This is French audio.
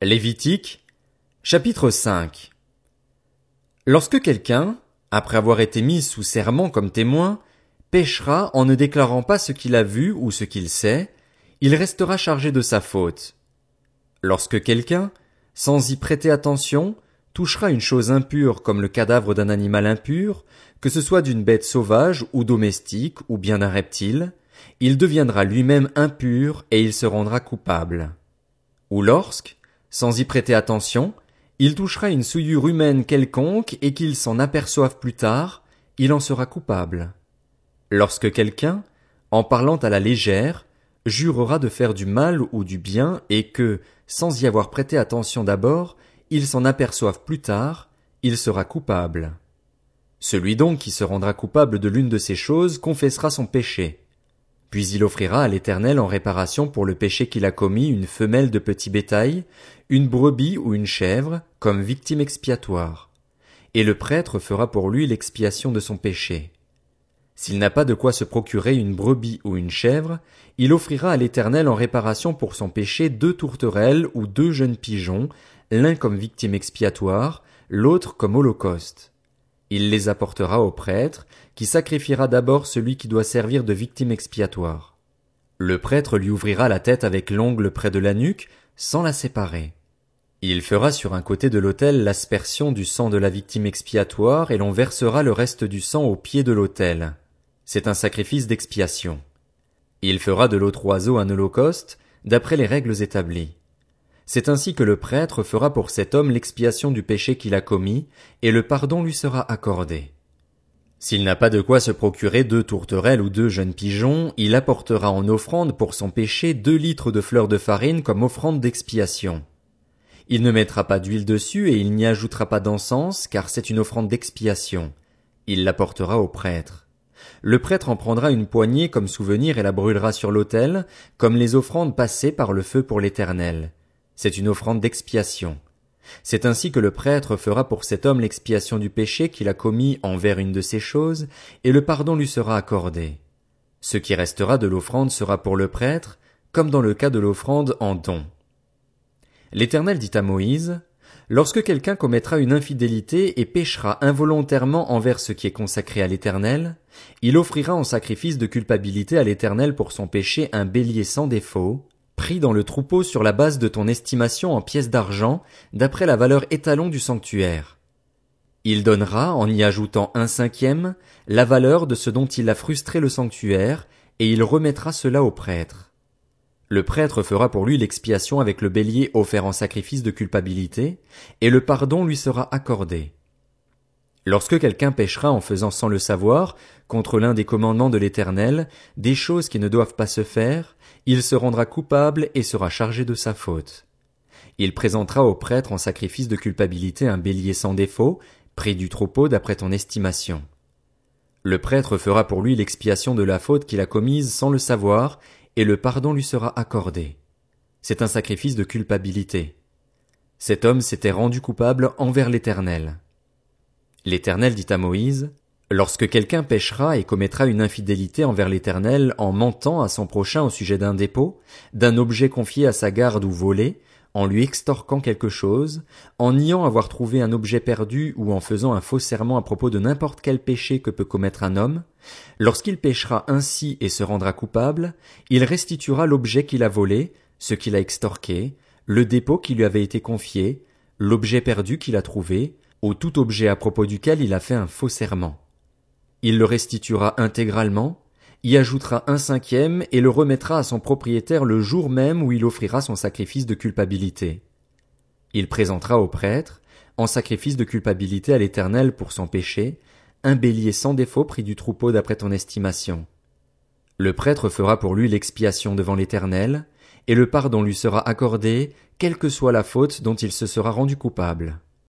Lévitique, chapitre 5. Lorsque quelqu'un, après avoir été mis sous serment comme témoin, péchera en ne déclarant pas ce qu'il a vu ou ce qu'il sait, il restera chargé de sa faute. Lorsque quelqu'un, sans y prêter attention, touchera une chose impure comme le cadavre d'un animal impur, que ce soit d'une bête sauvage ou domestique ou bien d'un reptile, il deviendra lui-même impur et il se rendra coupable. Ou lorsque, sans y prêter attention, il touchera une souillure humaine quelconque et qu'il s'en aperçoive plus tard, il en sera coupable. Lorsque quelqu'un, en parlant à la légère, jurera de faire du mal ou du bien et que, sans y avoir prêté attention d'abord, il s'en aperçoive plus tard, il sera coupable. Celui donc qui se rendra coupable de l'une de ces choses confessera son péché. Puis il offrira à l'Éternel en réparation pour le péché qu'il a commis une femelle de petit bétail, une brebis ou une chèvre, comme victime expiatoire. Et le prêtre fera pour lui l'expiation de son péché. S'il n'a pas de quoi se procurer une brebis ou une chèvre, il offrira à l'Éternel en réparation pour son péché 2 tourterelles ou 2 jeunes pigeons, l'un comme victime expiatoire, l'autre comme holocauste. Il les apportera au prêtre, qui sacrifiera d'abord celui qui doit servir de victime expiatoire. Le prêtre lui ouvrira la tête avec l'ongle près de la nuque, sans la séparer. Il fera sur un côté de l'autel l'aspersion du sang de la victime expiatoire et l'on versera le reste du sang au pied de l'autel. C'est un sacrifice d'expiation. Il fera de l'autre oiseau un holocauste, d'après les règles établies. C'est ainsi que le prêtre fera pour cet homme l'expiation du péché qu'il a commis, et le pardon lui sera accordé. S'il n'a pas de quoi se procurer 2 tourterelles ou 2 jeunes pigeons, il apportera en offrande pour son péché 2 litres de fleur de farine comme offrande d'expiation. Il ne mettra pas d'huile dessus et il n'y ajoutera pas d'encens, car c'est une offrande d'expiation. Il l'apportera au prêtre. Le prêtre en prendra une poignée comme souvenir et la brûlera sur l'autel, comme les offrandes passées par le feu pour l'Éternel. C'est une offrande d'expiation. C'est ainsi que le prêtre fera pour cet homme l'expiation du péché qu'il a commis envers une de ces choses, et le pardon lui sera accordé. Ce qui restera de l'offrande sera pour le prêtre, comme dans le cas de l'offrande en don. L'Éternel dit à Moïse, « Lorsque quelqu'un commettra une infidélité et péchera involontairement envers ce qui est consacré à l'Éternel, il offrira en sacrifice de culpabilité à l'Éternel pour son péché un bélier sans défaut, pris dans le troupeau sur la base de ton estimation en pièces d'argent, d'après la valeur étalon du sanctuaire. Il donnera, en y ajoutant 1/5, la valeur de ce dont il a frustré le sanctuaire, et il remettra cela au prêtre. Le prêtre fera pour lui l'expiation avec le bélier offert en sacrifice de culpabilité, et le pardon lui sera accordé. Lorsque quelqu'un péchera en faisant sans le savoir, contre l'un des commandements de l'Éternel, des choses qui ne doivent pas se faire, il se rendra coupable et sera chargé de sa faute. Il présentera au prêtre en sacrifice de culpabilité un bélier sans défaut, pris du troupeau d'après ton estimation. Le prêtre fera pour lui l'expiation de la faute qu'il a commise sans le savoir, et le pardon lui sera accordé. C'est un sacrifice de culpabilité. Cet homme s'était rendu coupable envers l'Éternel. L'Éternel dit à Moïse, « Lorsque quelqu'un péchera et commettra une infidélité envers l'Éternel en mentant à son prochain au sujet d'un dépôt, d'un objet confié à sa garde ou volé, en lui extorquant quelque chose, en niant avoir trouvé un objet perdu ou en faisant un faux serment à propos de n'importe quel péché que peut commettre un homme, lorsqu'il péchera ainsi et se rendra coupable, il restituera l'objet qu'il a volé, ce qu'il a extorqué, le dépôt qui lui avait été confié, l'objet perdu qu'il a trouvé, ou tout objet à propos duquel il a fait un faux serment. Il le restituera intégralement, y ajoutera 1/5 et le remettra à son propriétaire le jour même où il offrira son sacrifice de culpabilité. Il présentera au prêtre, en sacrifice de culpabilité à l'Éternel pour son péché, un bélier sans défaut pris du troupeau d'après ton estimation. Le prêtre fera pour lui l'expiation devant l'Éternel, et le pardon lui sera accordé, quelle que soit la faute dont il se sera rendu coupable.